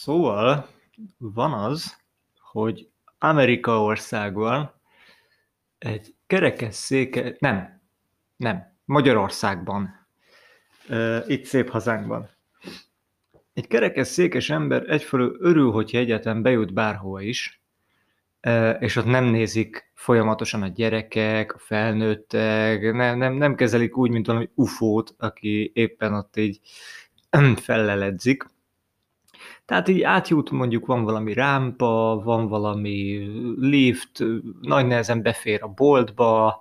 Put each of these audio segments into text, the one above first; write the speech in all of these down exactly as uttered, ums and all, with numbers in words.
Szóval van az, hogy Amerika országban egy kerekesszéke, nem, nem, Magyarországban, uh, itt szép hazánkban. Egy kerekesszékes ember egyfelől örül, hogyha egyetem bejut bárhova is, uh, és ott nem nézik folyamatosan a gyerekek, a felnőttek, nem, nem, nem kezelik úgy, mint valami ufót, aki éppen ott így felleledzik. Tehát így átjut, mondjuk van valami rámpa, van valami lift, nagy nehezen befér a boltba,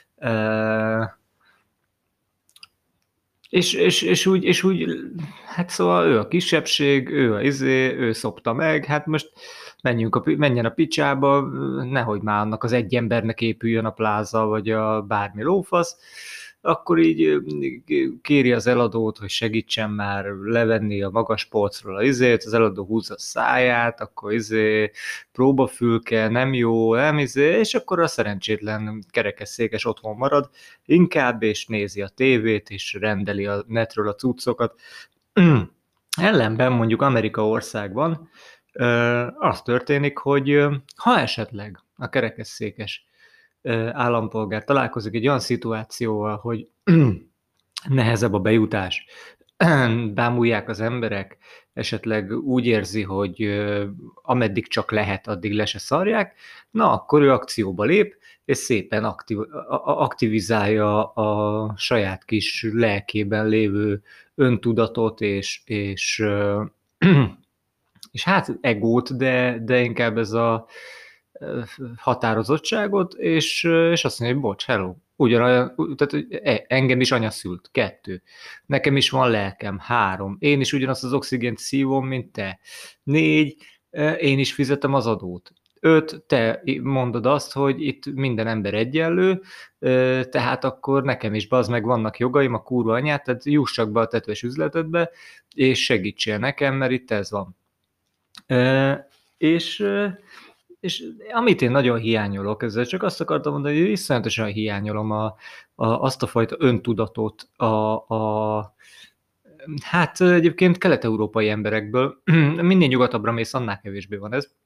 és, és, és, úgy, és úgy, hát szóval ő a kisebbség, ő a izé, ő szopta meg, hát most menjünk a, menjen a picsába, nehogy már annak az egy embernek épüljön a pláza, vagy a bármi lófasz, akkor így kéri az eladót, hogy segítsen már levenni a magas polcról a izét, az eladó húzza a száját, akkor izé próbafülke, nem jó, nem izé, és akkor a szerencsétlen kerekesszékes otthon marad, inkább, és nézi a tévét, és rendeli a netről a cuccokat. Ellenben mondjuk Amerika országban az történik, hogy ha esetleg a kerekesszékes állampolgár találkozik egy olyan szituációval, hogy nehezebb a bejutás, bámulják az emberek, esetleg úgy érzi, hogy ameddig csak lehet, addig le se szarják, na akkor ő akcióba lép, és szépen aktiv, aktivizálja a saját kis lelkében lévő öntudatot, és, és, és hát egót, de, de inkább ez a határozottságot, és, és azt mondja, hogy bocs, hello, ugyanolyan, tehát engem is anya szült, kettő. Nekem is van lelkem, három. Én is ugyanazt az oxigént szívom, mint te. Négy, én is fizetem az adót. Öt, te mondod azt, hogy itt minden ember egyenlő, tehát akkor nekem is bazd meg vannak jogaim, a kurva anyát, tehát juss csak be a tetves üzletedbe, és segítsél nekem, mert itt ez van. És... És amit én nagyon hiányolok, ezzel csak azt akartam mondani, hogy iszonyatosan hiányolom a, a, azt a fajta öntudatot a, a hát egyébként kelet-európai emberekből. Minél nyugatabbra mész, annál kevésbé van ez.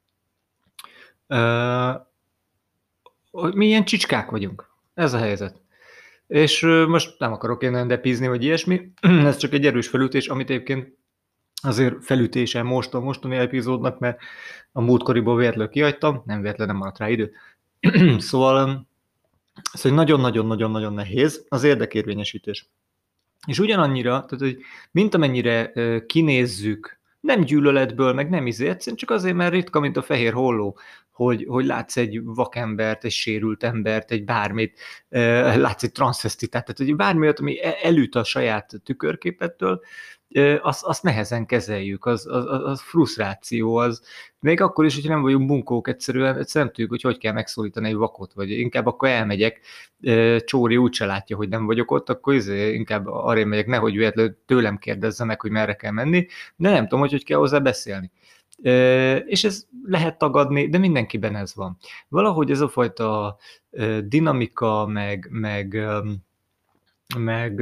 Mi ilyen csicskák vagyunk. Ez a helyzet. És most nem akarok én endepizni, vagy ilyesmi. Ez csak egy erős felütés, amit egyébként azért felütése most a mostani epizódnak, mert a múltkoriból véletlenül kihagytam, nem véletlenül nem maradt rá idő. Szóval, szóval nagyon-nagyon-nagyon-nagyon nehéz az érdekérvényesítés. És ugyanannyira, tehát, hogy mint amennyire kinézzük, nem gyűlöletből, meg nem izé, egyszerűen csak azért, mert ritka, mint a fehér holló, hogy, hogy látsz egy vakembert, egy sérült embert, egy bármit, látsz egy transzvesztitát, tehát hogy bármi olyat, ami elüt a saját tükörképettől, azt, azt nehezen kezeljük, az, az, az frusztráció, az még akkor is, hogyha nem vagyunk bunkók, egyszerűen, egyszerűen nem tudjuk, hogy hogy kell megszólítani egy vakot, vagy inkább akkor elmegyek, Csóri úgyse látja, hogy nem vagyok ott, akkor izé, inkább arra megyek, nehogy véletlenül tőlem kérdezze meg, hogy merre kell menni, de nem tudom, hogy hogy kell hozzá beszélni. És ez lehet tagadni, de mindenkiben ez van. Valahogy ez a fajta dinamika, meg, meg, meg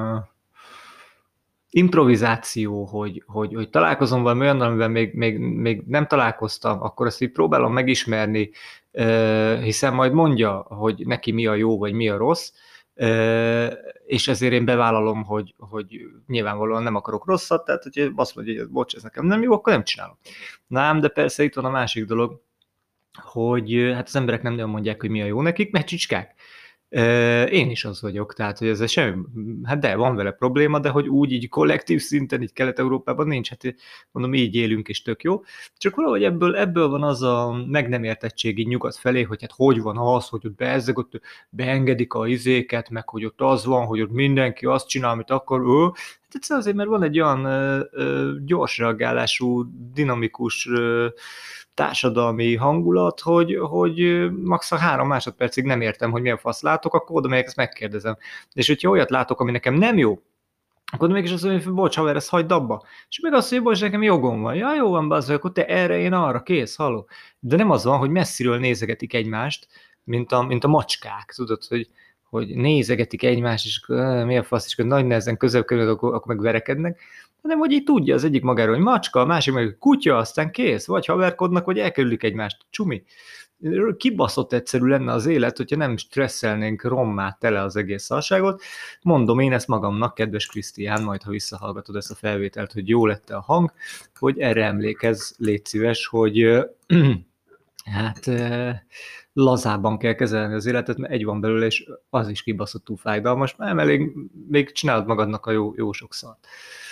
improvizáció, hogy, hogy, hogy találkozom valami olyannal, amivel még, még, még nem találkoztam, akkor azt így próbálom megismerni, hiszen majd mondja, hogy neki mi a jó, vagy mi a rossz, és ezért én bevállalom, hogy, hogy nyilvánvalóan nem akarok rosszat, tehát hogy azt mondja, hogy bocs, ez nekem nem jó, akkor nem csinálom. Na ám, de persze itt van a másik dolog, hogy hát az emberek nem nagyon mondják, hogy mi a jó nekik, mert csicskák. Én is az vagyok, tehát, hogy ez semmi, hát de, van vele probléma, de hogy úgy így kollektív szinten, így Kelet-Európában nincs, hát mondom, így élünk, és tök jó. Csak valahogy ebből, ebből van az a meg nem értettség így nyugat felé, hogy hát hogy van az, hogy ott beezzeg, ott beengedik a izéket, meg hogy ott az van, hogy ott mindenki azt csinál, amit akar, ő. Hát egyszerűen azért, mert van egy olyan ö, ö, gyors reagálású, dinamikus ö, társadalmi hangulat, hogy, hogy max. A három másodpercig nem értem, hogy milyen fasz látok, akkor oda megyek, ezt megkérdezem. És hogyha olyat látok, ami nekem nem jó, akkor mégis azt mondja, hogy bocs, haver, ezt hagyd abba. És még azt mondja, hogy nekem jogom van. Ja, jó van, bazd, akkor te erre, én arra, kész, haló. De nem az van, hogy messziről nézegetik egymást, mint a, mint a macskák, tudod, hogy, hogy nézegetik egymást, és mi a fasz, és nagy nehezen közel kerül, akkor, akkor meg verekednek, hanem hogy így tudja az egyik magáról, hogy macska, a másik meg kutya, aztán kész, vagy haverkodnak, vagy elkerülik egymást. Csumi. Kibaszott egyszerű lenne az élet, hogyha nem stresszelnénk rommá tele az egész szarságot. Mondom én ezt magamnak, kedves Krisztián, majd ha visszahallgatod ezt a felvételt, hogy jó lett a hang, hogy erre emlékezz, légy szíves, hogy hát lazában kell kezelni az életet, mert egy van belőle, és az is kibaszottul fájdalmas, mert elég még csinálod magadnak a jó, jó sok szart.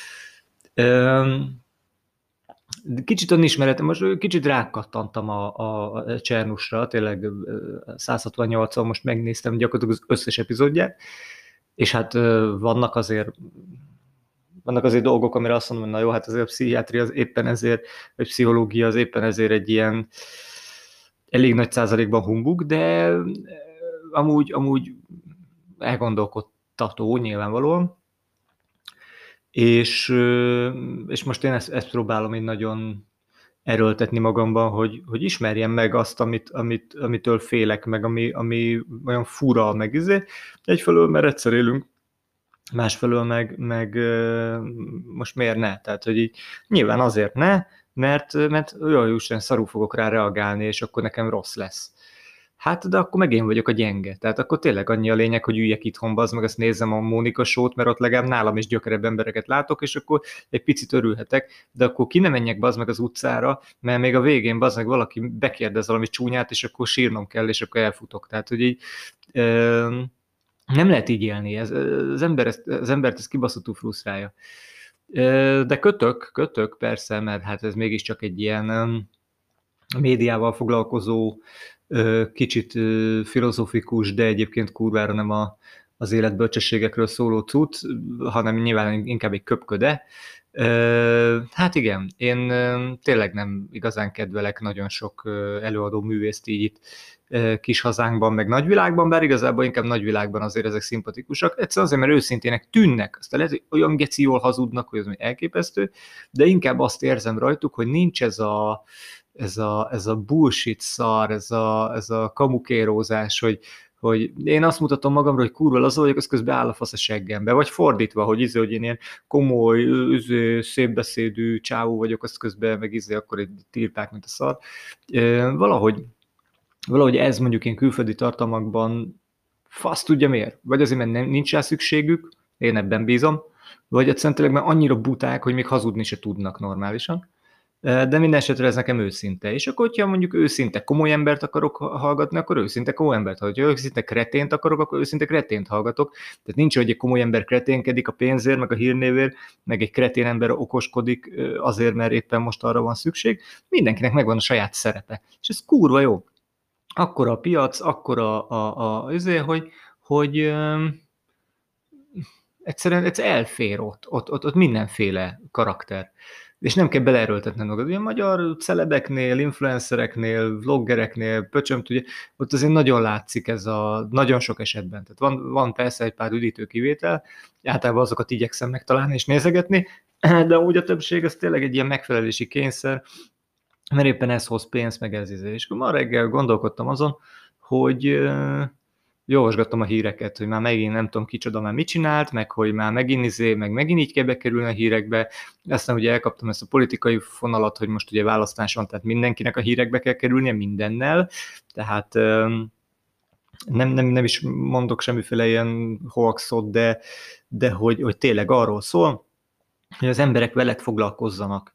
Kicsit önismeretem, most kicsit rákattantam a, a, a Csernusra, tényleg száz hatvannyolcon most megnéztem gyakorlatilag az összes epizódját, és hát vannak azért vannak azért dolgok, amire azt mondom, hogy na jó, hát azért a pszichiátria az éppen ezért, vagy pszichológia az éppen ezért egy ilyen elég nagy százalékban humbug, de amúgy, amúgy elgondolkodtató nyilvánvalóan. És, és most én ezt, ezt próbálom így nagyon erőltetni magamban, hogy, hogy ismerjem meg azt, amit, amit, amitől félek, meg ami, ami olyan fura, meg izé. Egyfelől, mert egyszer élünk, másfelől meg, meg most miért ne? Tehát, hogy így nyilván azért ne, mert, mert olyan Isten szarul fogok rá reagálni, és akkor nekem rossz lesz. Hát, de akkor meg én vagyok a gyenge. Tehát akkor tényleg annyi a lényeg, hogy üljek itthon, bazd meg, azt nézzem a Mónika Show-t, mert ott legalább nálam is gyökerebb embereket látok, és akkor egy picit örülhetek, de akkor ki ne menjek, bazd meg, az utcára, mert még a végén, bazd meg, valaki bekérdez valami csúnyát, és akkor sírnom kell, és akkor elfutok. Tehát, hogy így ö, nem lehet így élni. Ez, az, ember ezt, az embert ez kibaszottul frusztrálja. Ö, de kötök, kötök persze, mert hát ez mégiscsak egy ilyen ö, médiával foglalkozó, kicsit filozofikus, de egyébként kurvára nem a, az életbölcsességekről szóló cucc, hanem nyilván inkább egy köpköde. Hát igen, én tényleg nem igazán kedvelek nagyon sok előadó művészt így itt kis hazánkban, meg nagyvilágban, bár igazából inkább nagyvilágban azért ezek szimpatikusak. Egyszerűen azért, mert őszintének tűnnek. Aztán lehet, hogy olyan geci jól hazudnak, hogy az elképesztő, de inkább azt érzem rajtuk, hogy nincs ez a ez a, ez a bullshit szar, ez a, ez a kamukérózás, hogy, hogy én azt mutatom magamra, hogy kurva laza vagyok, az közben áll a fasz a seggembe, vagy fordítva, hogy izé, hogy én ilyen komoly, izé, szépbeszédű csávó vagyok, az közben meg izé, akkor egy tirpák, mint a szar. Valahogy, valahogy ez mondjuk én külföldi tartalmakban fasz tudja miért. Vagy azért, mert nem, nincs rá szükségük, én ebben bízom, vagy egyszerűen tényleg mert annyira buták, hogy még hazudni se tudnak normálisan. De minden esetre ez nekem őszinte. És akkor, hogyha mondjuk őszinte komoly embert akarok hallgatni, akkor őszinte komoly embert hallgatok. Ha őszinte kretént akarok, akkor őszinte kretént hallgatok. Tehát nincs, hogy egy komoly ember kreténkedik a pénzért, meg a hírnévért, meg egy kretén ember okoskodik azért, mert éppen most arra van szükség. Mindenkinek megvan a saját szerepe. És ez kurva jó. Akkora a piac, akkora a, a, a azért, hogy, hogy um, egyszerűen, egyszerűen elfér ott, ott, ott, ott mindenféle karakter. És nem kell beleerőltetni magad. Ugye magyar celebeknél, influencereknél, vloggereknél, pöcsöm tudja, ott azért nagyon látszik ez a, nagyon sok esetben. Tehát van, van persze egy pár üdítő kivétel, általában azokat igyekszem megtalálni és nézegetni, de úgy a többség az tényleg egy ilyen megfelelési kényszer, mert éppen ez hoz pénzt, meg ez izé. És ma reggel gondolkodtam azon, hogy olvasgattam a híreket, hogy már megint nem tudom kicsoda már mit csinált, meg hogy már megint izé, meg megint így kell bekerülni a hírekbe. Aztán ugye elkaptam ezt a politikai fonalat, hogy most ugye választás van, tehát mindenkinek a hírekbe kell kerülnie mindennel, tehát nem, nem, nem is mondok semmiféle ilyen hoaxot, de, de hogy, hogy tényleg arról szól, hogy az emberek veled foglalkozzanak.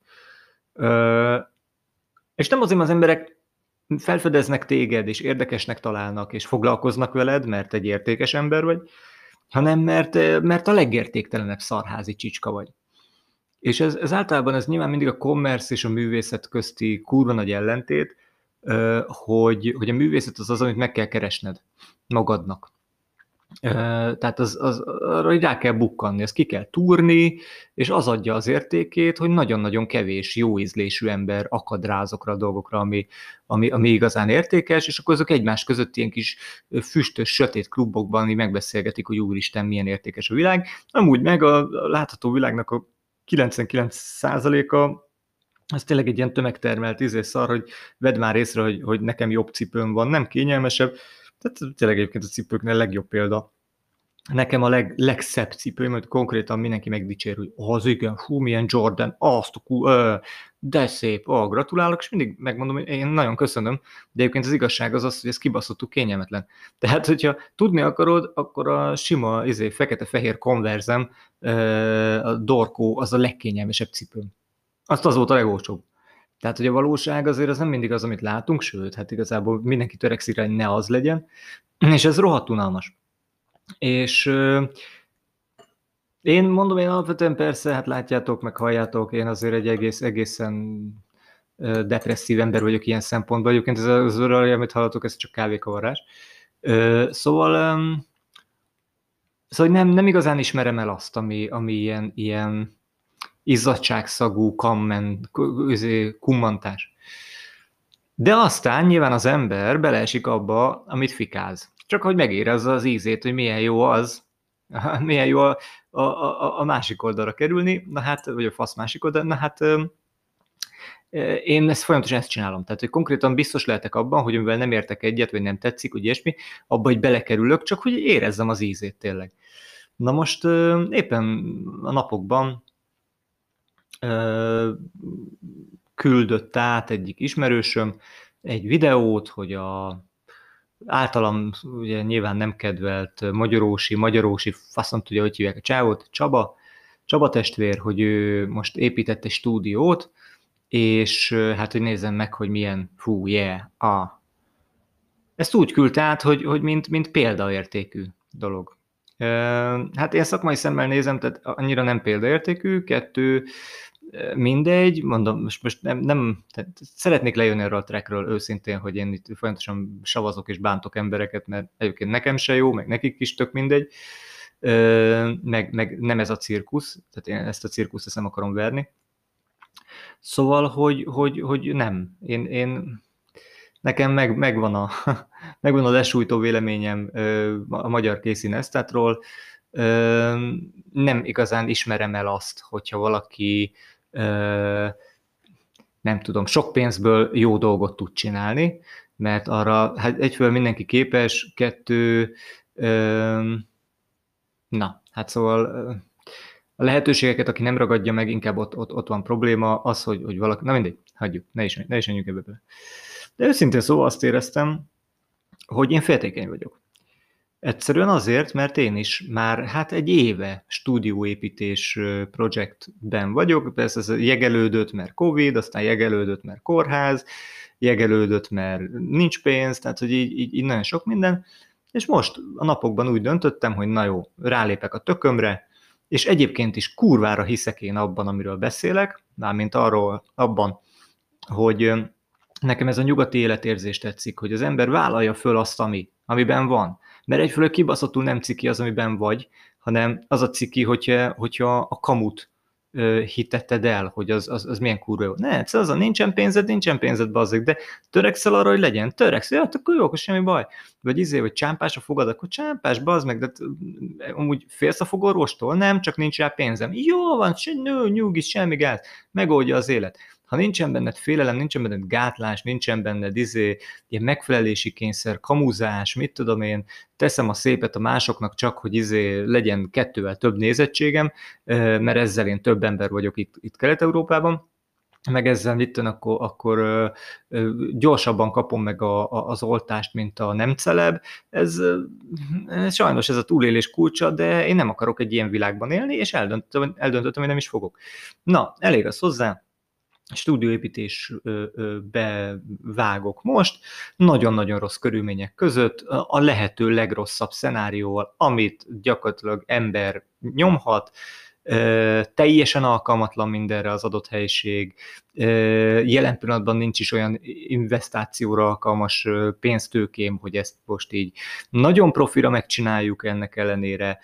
És nem azért, az emberek felfedeznek téged, és érdekesnek találnak, és foglalkoznak veled, mert egy értékes ember vagy, hanem mert, mert a legértéktelenebb szarházi csicska vagy. És ez, ez általában ez nyilván mindig a commerce és a művészet közti kurva nagy ellentét, hogy, hogy a művészet az az, amit meg kell keresned magadnak. Tehát az, az, arra rá kell bukkanni, ezt ki kell túrni, és az adja az értékét, hogy nagyon-nagyon kevés jó ízlésű ember akad rá azokra a dolgokra, ami, ami, ami igazán értékes, és akkor azok egymás között ilyen kis füstös, sötét klubokban megbeszélgetik, hogy úristen, milyen értékes a világ. Amúgy meg a látható világnak a kilencvenkilenc százaléka az tényleg egy ilyen tömegtermelt ízés szar, hogy vedd már észre, hogy, hogy nekem jobb cipőm van, nem kényelmesebb. Tehát tényleg egyébként a cipőknél legjobb példa Nekem a leg, legszebb cipőm, hogy konkrétan mindenki megdicsér, hogy az igen, hú, milyen Jordan, azt a kú, ö, de szép, ó, gratulálok, és mindig megmondom, hogy én nagyon köszönöm, de egyébként az igazság az az, hogy ez kibaszottul kényelmetlen. Tehát, hogyha tudni akarod, akkor a sima, izé, fekete-fehér Converse-em, a Dorco, az a legkényelmesebb cipőm. Azt az volt a legolcsóbb. Tehát, hogy a valóság azért az nem mindig az, amit látunk, sőt, hát igazából mindenki törekszik rá, hogy ne az legyen, és ez rohadt unalmas. És ö, én mondom, én alapvetően persze, hát látjátok, meg halljátok, én azért egy egész, egészen ö, depresszív ember vagyok ilyen szempontból. Egyébként ez az öröl, amit hallatok, ez csak kávékavarás. Ö, szóval, ö, szóval nem, nem igazán ismerem el azt, ami, ami ilyen, ilyen izzadságszagú, kammen, kummantás. De aztán nyilván az ember beleesik abba, amit fikáz. Csak hogy megérezze az ízét, hogy milyen jó az, milyen jó a, a, a, a másik oldalra kerülni, na hát, vagy a fasz másik oldal, na hát én ezt folyamatosan ezt csinálom. Tehát, hogy konkrétan biztos lehetek abban, hogy amivel nem értek egyet, vagy nem tetszik, vagy ilyesmi, abba, hogy belekerülök, csak hogy érezzem az ízét tényleg. Na most éppen a napokban küldött át egyik ismerősöm egy videót, hogy a általam ugye nyilván nem kedvelt magyarósi, magyarósi, faszom tudja, hogy hívják a csávót, Csaba, Csaba testvér, hogy ő most épített egy stúdiót, és hát, hogy nézzem meg, hogy milyen, fú, yeah, ah. Ezt úgy küldte át, hogy, hogy mint, mint példaértékű dolog. Hát én szakmai szemmel nézem, tehát annyira nem példaértékű, kettő, mindegy, mondom, most, most nem, nem tehát szeretnék lejönni erről a trackről őszintén, hogy én itt folyamatosan savazok és bántok embereket, mert egyébként nekem se jó, meg nekik is tök mindegy, meg, meg nem ez a cirkusz, tehát én ezt a cirkuszt ezt nem akarom verni. Szóval, hogy, hogy, hogy nem, én, én nekem meg, megvan, a, megvan a lesújtó véleményem a magyar készínesztátról, nem igazán ismerem el azt, hogyha valaki nem tudom, sok pénzből jó dolgot tud csinálni, mert arra hát egyfelől mindenki képes, kettő, na, hát szóval a lehetőségeket, aki nem ragadja meg, inkább ott, ott, ott van probléma, az, hogy, hogy valaki, na mindegy, hagyjuk, ne is, ne is menjünk ebbe bele. De őszintén szóval azt éreztem, hogy én féltékeny vagyok. Egyszerűen azért, mert én is már hát egy éve stúdióépítés projektben vagyok, persze ez jegelődött, mert Covid, aztán jegelődött, mert kórház, jegelődött, mert nincs pénz, tehát hogy így, így, így nagyon sok minden, és most a napokban úgy döntöttem, hogy na jó, rálépek a tökömre, és egyébként is kurvára hiszek én abban, amiről beszélek, mármint arról, abban, hogy nekem ez a nyugati életérzés tetszik, hogy az ember vállalja föl azt, ami, amiben van. Mert egyfelől kibaszottul nem ciki az, amiben vagy, hanem az a ciki, hogyha, hogyha a kamut ö, hitetted el, hogy az, az, az milyen kurva jó. Ne, ez az a nincsen pénzed, nincsen pénzed, bazzik, de törekszel arra, hogy legyen, törekszel, hát akkor jó, akkor semmi baj. Vagy izé, hogy csámpás a fogad, akkor csámpás, bazd meg, de amúgy félsz a fogorvostól? Nem, csak nincs rá pénzem. Jó van, se, nő, nyugis, semmi gáz, megoldja az élet. Ha nincsen benned félelem, nincsen benned gátlás, nincsen benned izé, ilyen megfelelési kényszer, kamuzás, mit tudom én, teszem a szépet a másoknak csak, hogy izé legyen kettővel több nézettségem, mert ezzel én több ember vagyok itt, itt Kelet-Európában, meg ezzel mit akkor, akkor ö, ö, gyorsabban kapom meg a, a, az oltást, mint a nem celeb. Ez, ez sajnos ez a túlélés kulcsa, de én nem akarok egy ilyen világban élni, és eldöntöttem, eldöntöttem hogy nem is fogok. Na, elég az hozzá, stúdióépítésbe vágok most, nagyon-nagyon rossz körülmények között, a lehető legrosszabb szenárióval, amit gyakorlatilag ember nyomhat, teljesen alkalmatlan mindenre az adott helység, jelen pillanatban nincs is olyan investációra alkalmas pénztőkém, hogy ezt most így nagyon profira megcsináljuk ennek ellenére.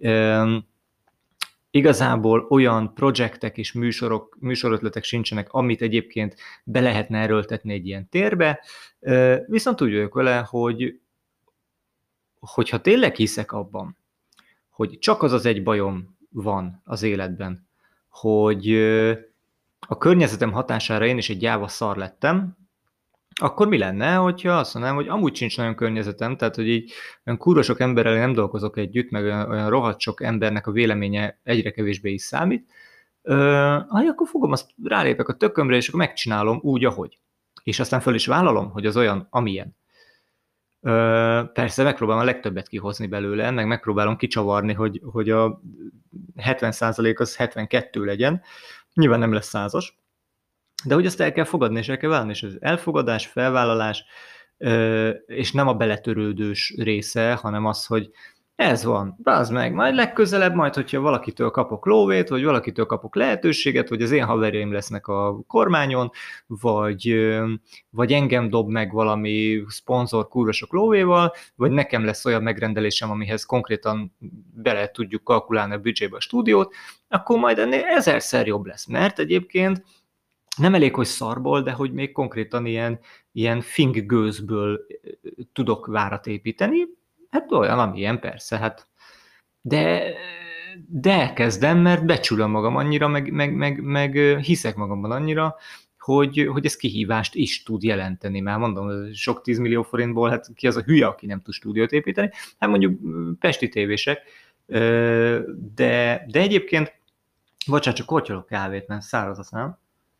Igazából olyan projektek és műsorok, műsorötletek sincsenek, amit egyébként be lehetne erőltetni egy ilyen térbe, viszont úgy vagyok vele, hogy hogyha tényleg hiszek abban, hogy csak az az egy bajom van az életben, hogy a környezetem hatására én is egy gyáva szar lettem, akkor mi lenne, hogyha azt mondanám, hogy amúgy sincs nagyon környezetem, tehát hogy így olyan kurva sok emberrel nem dolgozok együtt, meg olyan, olyan rohadt sok embernek a véleménye egyre kevésbé is számít, ö, hát akkor fogom, azt rálépek a tökömre, és akkor megcsinálom úgy, ahogy. És aztán föl is vállalom, hogy az olyan, amilyen. Ö, persze megpróbálom a legtöbbet kihozni belőle, meg megpróbálom kicsavarni, hogy, hogy a hetven százalék az hetvenkettő legyen. Nyilván nem lesz százas, de hogy azt el kell fogadni, és el kell vállalni, és az elfogadás, felvállalás, és nem a beletörődős része, hanem az, hogy ez van, az meg, majd legközelebb, majd hogyha valakitől kapok lóvét, vagy valakitől kapok lehetőséget, vagy az én haverjaim lesznek a kormányon, vagy, vagy engem dob meg valami szponzor kurvasok lóvéval, vagy nekem lesz olyan megrendelésem, amihez konkrétan bele tudjuk kalkulálni a büdzsébe a stúdiót, akkor majd ennél ezerszer jobb lesz, mert egyébként nem elég, hogy szarból, de hogy még konkrétan ilyen, ilyen fing gőzből tudok várat építeni, hát olyan, amilyen persze, hát de, de elkezdem, mert becsülöm magam annyira, meg, meg, meg, meg hiszek magamban annyira, hogy, hogy ez kihívást is tud jelenteni. Már mondom, sok tízmillió forintból, hát ki az a hülye, aki nem tud stúdiót építeni? Hát mondjuk pesti tévések, de, de egyébként, bocsánat, csak kortyolok kávét, mert száraz a szám.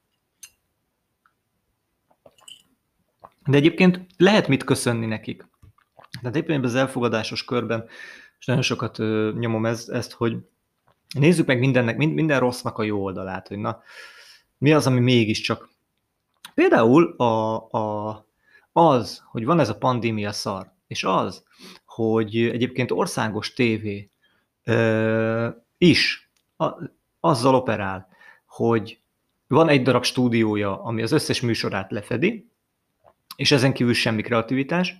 De egyébként lehet mit köszönni nekik. Tehát éppen az elfogadásos körben, és nagyon sokat ö, nyomom ez, ezt, hogy nézzük meg mindennek, minden rossznak a jó oldalát, hogy na, mi az, ami mégiscsak. Például a, a, az, hogy van ez a pandémia szar, és az, hogy egyébként országos tévé ö, is a, azzal operál, hogy van egy darab stúdiója, ami az összes műsorát lefedi, és ezen kívül semmi kreativitás.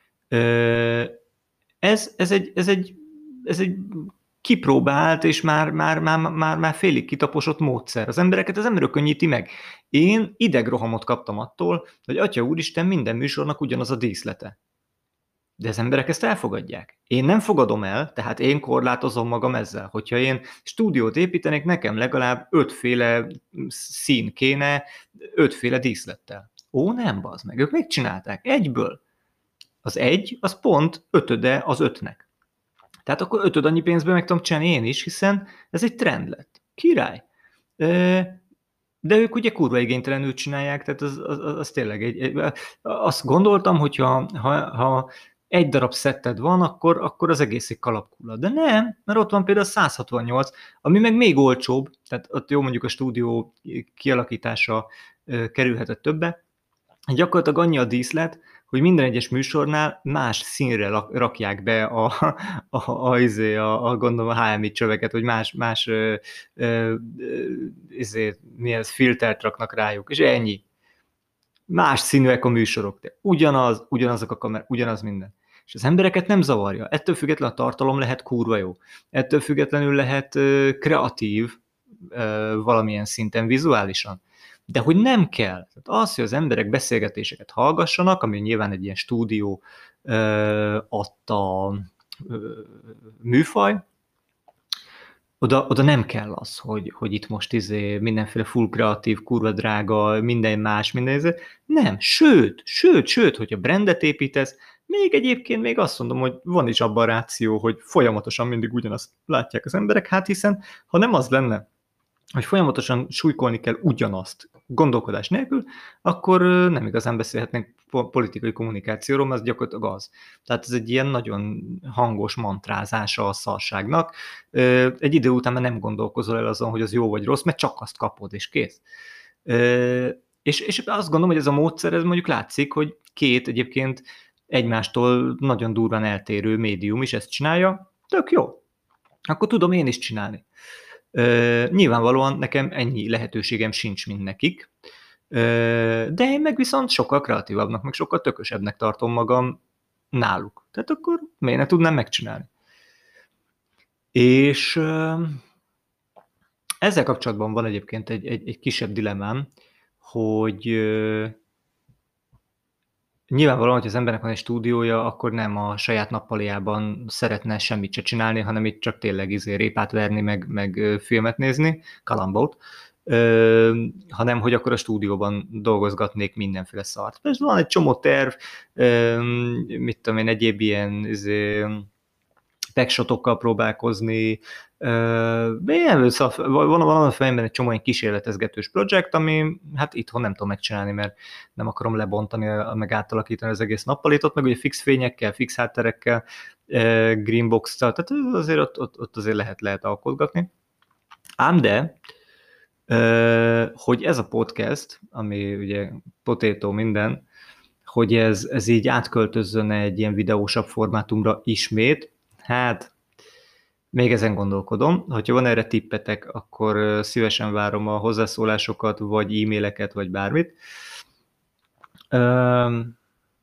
Ez, ez, egy, ez, egy, ez egy kipróbált, és már, már, már, már, már félig kitaposott módszer. Az embereket ez nem rökönnyíti meg. Én idegrohamot kaptam attól, hogy atya úristen, minden műsornak ugyanaz a díszlete. De az emberek ezt elfogadják. Én nem fogadom el, tehát én korlátozom magam ezzel. Hogyha én stúdiót építenék, nekem legalább ötféle szín kéne, ötféle díszlettel. Ó, nem, bazd meg, ők megcsinálták egyből. Az egy, az pont ötöde az ötnek. Tehát akkor ötöd annyi pénzből meg tudom csinálni én is, hiszen ez egy trend lett. Király. De ők ugye kurva igénytelenül csinálják, tehát az, az, az tényleg egy, egy... Azt gondoltam, hogy ha, ha, ha egy darab szetted van, akkor, akkor az egész kalapkula. De nem, mert ott van például száz hatvannyolc, ami meg még olcsóbb, tehát ott jó mondjuk a stúdió kialakítása kerülhetett többe. Gyakorlatilag annyi a díszlet, hogy minden egyes műsornál más színre rakják be a, a, a, a, a, a gondolom a há em i csöveket, vagy más, más ö, ö, izé, mi ez, filtert raknak rájuk, és ennyi. Más színűek a műsorok, de ugyanaz, ugyanazok a kamerák, ugyanaz minden. És az embereket nem zavarja. Ettől függetlenül a tartalom lehet kurva jó. Ettől függetlenül lehet ö, kreatív ö, valamilyen szinten vizuálisan. De hogy nem kell. Tehát az, hogy az emberek beszélgetéseket hallgassanak, ami nyilván egy ilyen stúdió ö, adta ö, műfaj, oda, oda nem kell az, hogy, hogy itt most izé mindenféle full kreatív, kurva drága, minden más, minden izé. Nem, sőt, sőt, sőt, hogyha brandet építesz, még egyébként még azt mondom, hogy van is abban ráció, hogy folyamatosan mindig ugyanazt látják az emberek, hát hiszen ha nem az lenne, hogy folyamatosan súlykolni kell ugyanazt gondolkodás nélkül, akkor nem igazán beszélhetnénk politikai kommunikációról, mert ez gyakorlatilag az. Tehát ez egy ilyen nagyon hangos mantrázása a szarságnak. Egy idő után már nem gondolkozol el azon, hogy az jó vagy rossz, mert csak azt kapod, és kész. És, és azt gondolom, hogy ez a módszer, ez mondjuk látszik, hogy két egyébként egymástól nagyon durván eltérő médium is ezt csinálja. Tök jó. Akkor tudom én is csinálni. Uh, nyilvánvalóan nekem ennyi lehetőségem sincs, mint nekik, uh, de én meg viszont sokkal kreatívabbnak, meg sokkal tökösebbnek tartom magam náluk. Tehát akkor miért ne tudnám megcsinálni? És uh, ezzel kapcsolatban van egyébként egy, egy, egy kisebb dilemmám, hogy uh, nyilvánvalóan, hogy az embernek van egy stúdiója, akkor nem a saját nappaliában szeretne semmit se csinálni, hanem itt csak tényleg izé répát verni, meg, meg filmet nézni, kalambót. ö, hanem hogy akkor a stúdióban dolgozgatnék mindenféle szart. És van egy csomó terv, ö, mit tudom én, egyéb ilyen izé, backshotokkal próbálkozni, ilyen, szóval van, van a fejemben egy csomó ilyen kísérletezgetős projekt, ami hát itthon nem tudom megcsinálni, mert nem akarom lebontani, meg átalakítani az egész nappalitot, meg ugye fix fényekkel, fix hátterekkel, greenbox-tal, tehát azért ott, ott, ott azért lehet, lehet alkotgatni. Ám de, hogy ez a podcast, ami ugye potato minden, hogy ez, ez így átköltözzön egy ilyen videósabb formátumra ismét, hát még ezen gondolkodom. Ha van erre tippetek, akkor szívesen várom a hozzászólásokat, vagy e-maileket, vagy bármit. Um,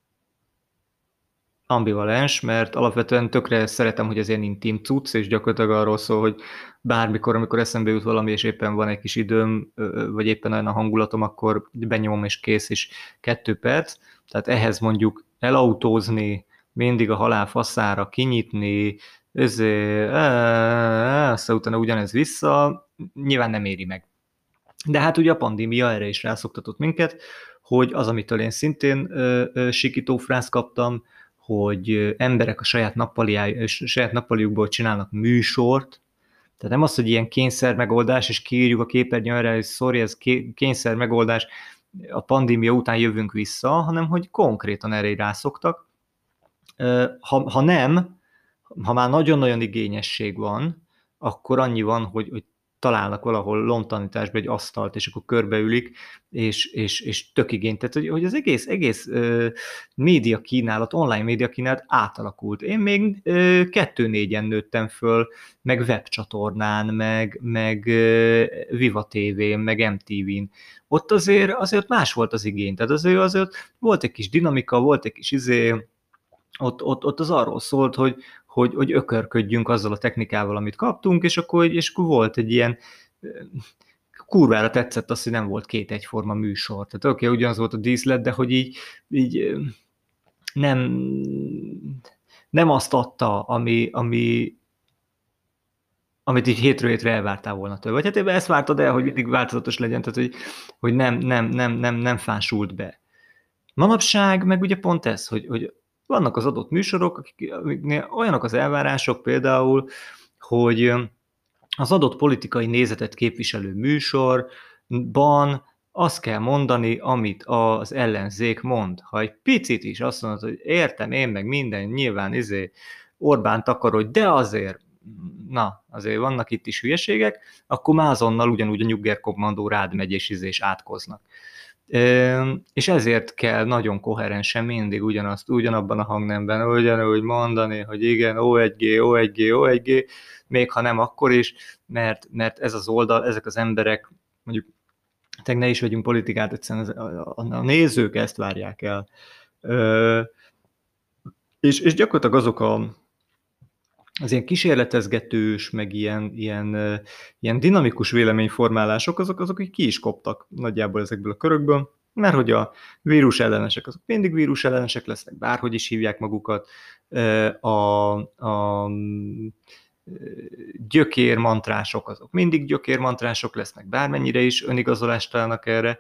ambivalens, mert alapvetően tökre szeretem, hogy ez ilyen intim cucc, és gyakorlatilag arról szól, hogy bármikor, amikor eszembe jut valami, és éppen van egy kis időm, vagy éppen olyan a hangulatom, akkor benyomom, és kész, és kettő perc. Tehát ehhez mondjuk elautózni, mindig a halál faszára kinyitni, ezért, aztán utána ugyanez vissza, nyilván nem éri meg. De hát ugye a pandémia erre is rászoktatott minket, hogy az, amitől én szintén ö, ö, sikító frászt kaptam, hogy emberek a saját, saját nappaliukból csinálnak műsort, tehát nem az, hogy ilyen kényszer megoldás, és kiírjuk a képernyőre, hogy sorry, ez kényszer megoldás, a pandémia után jövünk vissza, hanem hogy konkrétan erre rászoktak. Ha, ha nem, ha már nagyon-nagyon igényesség van, akkor annyi van, hogy, hogy találnak valahol lomtanításba egy asztalt, és akkor körbeülik, és, és, és tök igény. Tehát, hogy, hogy az egész, egész uh, média kínálat, online média kínálat átalakult. Én még uh, kettő-négyen nőttem föl, meg webcsatornán, meg, meg uh, Viva té vén, meg em té vén. Ott azért, azért más volt az igény. Tehát azért, azért volt egy kis dinamika, volt egy kis izé, ott, ott, ott az arról szólt, hogy, hogy, hogy ökörködjünk azzal a technikával, amit kaptunk, és akkor, és akkor volt egy ilyen, kurvára tetszett az, hogy nem volt két egyforma műsor. Tehát oké, okay, ugyanaz volt a díszlet, de hogy így, így nem, nem azt adta, ami, ami, amit így hétről hétre elvártál volna tőle. Vagy hát ezt vártad el, hogy mindig változatos legyen, tehát hogy, hogy nem, nem, nem, nem, nem fásult be. Manapság meg ugye pont ez, hogy, hogy vannak az adott műsorok, akiknél olyanok az elvárások például, hogy az adott politikai nézetet képviselő műsorban azt kell mondani, amit az ellenzék mond. Ha egy picit is azt mondod, hogy értem én meg minden, nyilván izé Orbán takarodj, de azért, na, azért vannak itt is hülyeségek, akkor már azonnal ugyanúgy a Nyugger kommandó rád megy és izé és átkoznak. És ezért kell nagyon koherensen mindig ugyanazt, ugyanabban a hangnemben, ugyanúgy mondani, hogy igen, ó egy gé, ó egy gé, ó egy gé, még ha nem akkor is, mert, mert ez az oldal, ezek az emberek, mondjuk ne is vegyünk politikát, egyszerűen a, a, a nézők ezt várják el. Ö, és, és gyakorlatilag azok a az ilyen kísérletezgetős, meg ilyen, ilyen, ilyen dinamikus véleményformálások, azok, azok így ki is koptak nagyjából ezekből a körökből, mert hogy a vírus ellenesek azok mindig vírus ellenesek lesznek, bárhogy is hívják magukat, a, a gyökérmantrások azok mindig gyökérmantrások lesznek, bármennyire is önigazolást találnak erre.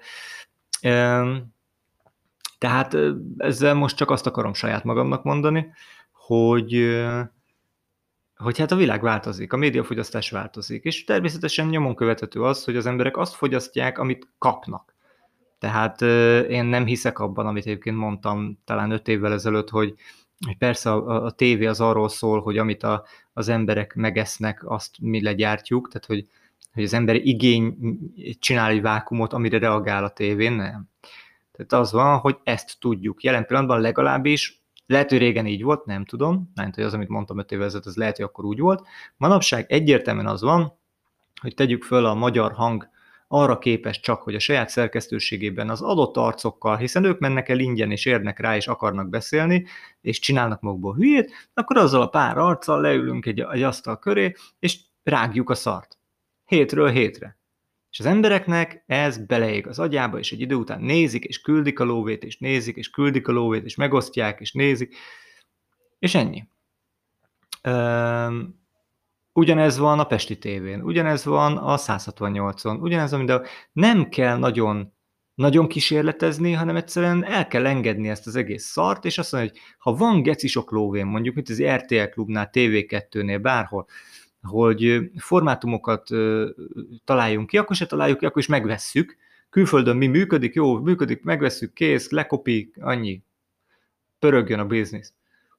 Tehát ezzel most csak azt akarom saját magamnak mondani, hogy hogy hát a világ változik, a médiafogyasztás változik, és természetesen nyomon követhető az, hogy az emberek azt fogyasztják, amit kapnak. Tehát én nem hiszek abban, amit egyébként mondtam talán öt évvel ezelőtt, hogy, hogy persze a, a tévé az arról szól, hogy amit a, az emberek megesznek, azt mi legyártjuk, tehát hogy, hogy az ember igény csinál egy vákumot, amire reagál a tévén, nem. Tehát az van, hogy ezt tudjuk. Jelen pillanatban legalábbis, lehet, hogy régen így volt, nem tudom, nem hogy az, amit mondtam öt évvel ezelőtt, az lehet, hogy akkor úgy volt. Manapság egyértelműen az van, hogy tegyük föl a magyar hang arra képes csak, hogy a saját szerkesztőségében az adott arcokkal, hiszen ők mennek el ingyen, és érnek rá, és akarnak beszélni, és csinálnak magukból hülyét, akkor azzal a pár arccal leülünk egy, egy asztal köré, és rágjuk a szart. Hétről hétre. És az embereknek ez beleég az agyába, és egy idő után nézik, és küldik a lóvét, és nézik, és küldik a lóvét, és megosztják, és nézik, és ennyi. Üm, Ugyanez van a Pesti tévén, ugyanez van a száz hatvannyolcon, ugyanez van, de nem kell nagyon, nagyon kísérletezni, hanem egyszerűen el kell engedni ezt az egész szart, és azt mondani, hogy ha van gecisok lóvén, mondjuk, mint az er té el Klubnál, té vé kettőnél, bárhol, hogy formátumokat találjunk ki, akkor se találjuk ki, akkor is megvesszük. Külföldön mi működik, jó, működik, megvesszük, kész, lekopi, annyi. Pörögjön a biznisz.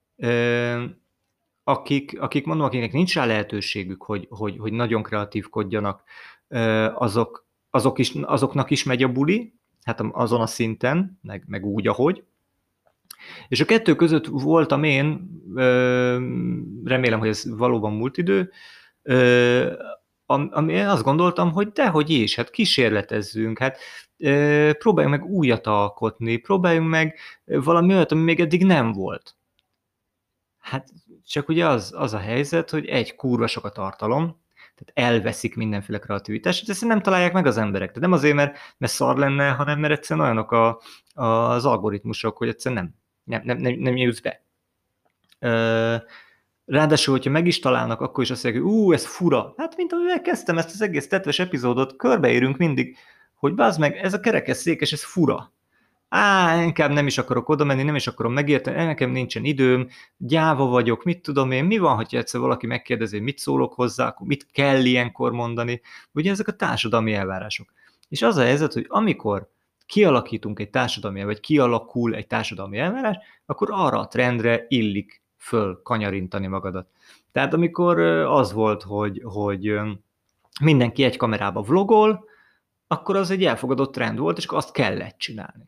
Akik, akik mondom, akiknek nincs rá lehetőségük, hogy, hogy, hogy nagyon kreatívkodjanak, azok, azok is, azoknak is megy a buli, hát azon a szinten, meg, meg úgy, ahogy. És a kettő között voltam én, remélem, hogy ez valóban múlt idő, ami én azt gondoltam, hogy dehogy is, hát kísérletezzünk, hát próbáljunk meg újat alkotni, próbáljunk meg valami olyat, ami még eddig nem volt. Hát csak ugye az, az a helyzet, hogy egy kurva sok a tartalom, tehát elveszik mindenféle kreativitást, és ezt nem találják meg az emberek. Tehát nem azért, mert, mert szar lenne, hanem mert egyszerűen olyanok a, a, az algoritmusok, hogy egyszerűen nem, nem, nem, nem jutsz be. Ráadásul, hogyha meg is találnak, akkor is azt mondják, hogy ú, ez fura. Hát, mint amivel kezdtem ezt az egész tetves epizódot, körbeérünk mindig, hogy bázd meg, ez a kerekesszékes, ez fura. Á, inkább nem is akarok oda menni, nem is akarom megérteni, nekem nincsen időm, gyáva vagyok, mit tudom én, mi van, hogyha egyszer valaki megkérdezi, mit szólok hozzá, akkor mit kell ilyenkor mondani, ugye ezek a társadalmi elvárások. És az a helyzet, hogy amikor kialakítunk egy társadalmi, vagy kialakul egy társadalmi elvárás, akkor arra a trendre illik föl kanyarintani magadat. Tehát amikor az volt, hogy, hogy mindenki egy kamerába vlogol, akkor az egy elfogadott trend volt, és akkor azt kellett csinálni.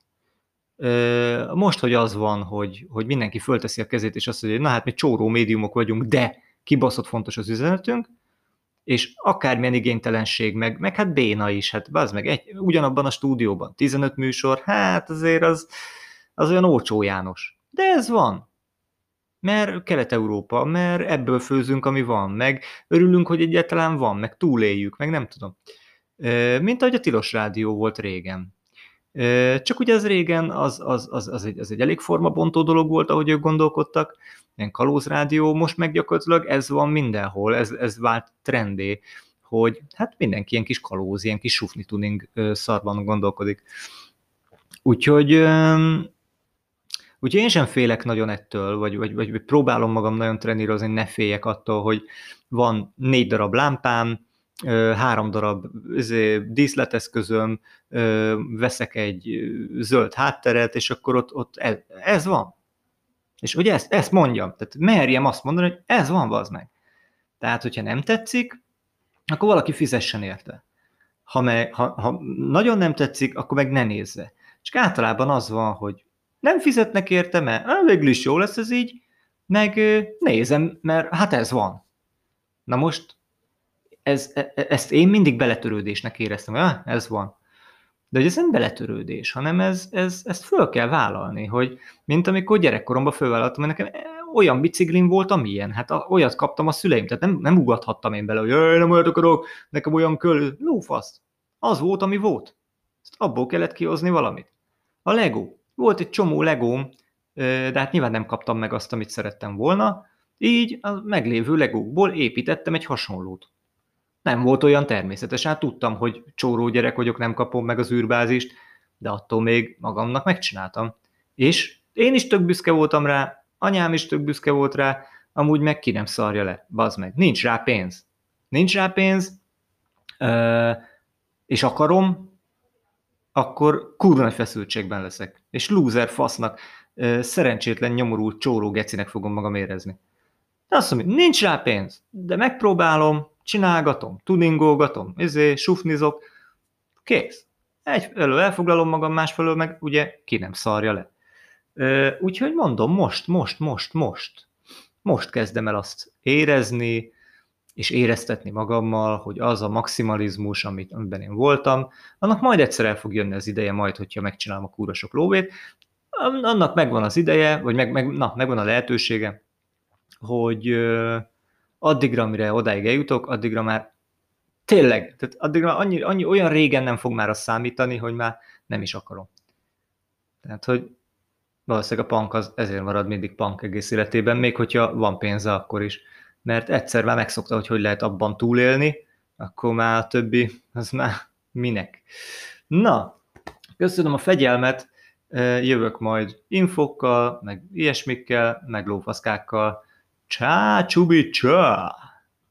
Most, hogy az van, hogy, hogy mindenki fölteszi a kezét, és azt mondja, hogy na hát mi csóró médiumok vagyunk, de kibaszott fontos az üzenetünk, és akármilyen igénytelenség, meg, meg hát béna is, hát bazd meg, egy, ugyanabban a stúdióban tizenöt műsor, hát azért az, az olyan olcsó János. De ez van. Mert Kelet-Európa, mert ebből főzünk, ami van, meg örülünk, hogy egyáltalán van, meg túléljük, meg nem tudom. Mint ahogy a Tilos Rádió volt régen. Csak ugye az régen az, az, az, az, egy, az egy elég formabontó dolog volt, ahogy ők gondolkodtak, ilyen kalózrádió, most meg gyakorlatilag ez van mindenhol, ez, ez vált trendé, hogy hát mindenki ilyen kis kalóz, ilyen kis sufni tuning szarban gondolkodik. Úgyhogy, úgyhogy én sem félek nagyon ettől, vagy, vagy, vagy próbálom magam nagyon trenírozni, ne féljek attól, hogy van négy darab lámpám, három darab díszleteszközöm, veszek egy zöld hátteret, és akkor ott, ott ez, ez van. És hogy ezt, ezt mondjam, tehát merjem azt mondani, hogy ez van, bazd meg. Tehát, hogyha nem tetszik, akkor valaki fizessen érte. Ha, me, ha, ha nagyon nem tetszik, akkor meg ne nézze. Csak általában az van, hogy nem fizetnek érte, mert á, végül is jó lesz ez így, meg nézem, mert hát ez van. Na most Ez, ezt én mindig beletörődésnek éreztem, hogy ah, ez van. De hogy ez nem beletörődés, hanem ez, ez, ezt föl kell vállalni, hogy mint amikor gyerekkoromban fölvállaltam, hogy nekem olyan biciklim volt, amilyen, hát olyat kaptam a szüleim, tehát nem, nem ugathattam én bele, hogy jaj, nem olyat akarok, nekem olyan köl, lófaszt. Az volt, ami volt. Ezt abból kellett kihozni valamit. A Lego. Volt egy csomó Legóm, de hát nyilván nem kaptam meg azt, amit szerettem volna, így a meglévő Legókból építettem egy hasonlót. Nem volt olyan természetes, hát tudtam, hogy csóró gyerek vagyok, nem kapom meg az űrbázist, de attól még magamnak megcsináltam. És én is tök büszke voltam rá, anyám is tök büszke volt rá, amúgy meg ki nem szarja le, bazd meg. Nincs rá pénz. Nincs rá pénz, és akarom, akkor kurva nagy feszültségben leszek. És loser fasznak, szerencsétlen, nyomorult csóró gecinek fogom magam érezni. De azt mondom, nincs rá pénz, de megpróbálom, csinálgatom, tuningolgatom, izé, sufnizok, kész. Egyfelől elfoglalom magam, másfelől meg ugye ki nem szarja le. Úgyhogy mondom, most, most, most, most, most kezdem el azt érezni, és éreztetni magammal, hogy az a maximalizmus, amit, amiben én voltam, annak majd egyszer el fog jönni az ideje, majd, hogyha megcsinálom a kurva sok lóvét, annak megvan az ideje, vagy meg, meg, na, megvan a lehetősége, hogy addigra, amire odáig eljutok, addigra már tényleg, tehát addigra annyi, annyi, olyan régen nem fog már azt számítani, hogy már nem is akarom. Tehát, hogy valószínűleg a punk az ezért marad mindig punk egész életében, még hogyha van pénze akkor is. mert egyszer már megszokta, hogy hogy lehet abban túlélni, akkor már a többi, az már minek. Na, köszönöm a fegyelmet, jövök majd infokkal, meg ilyesmikkel, meg lófaszkákkal. Csá, csubi, csá!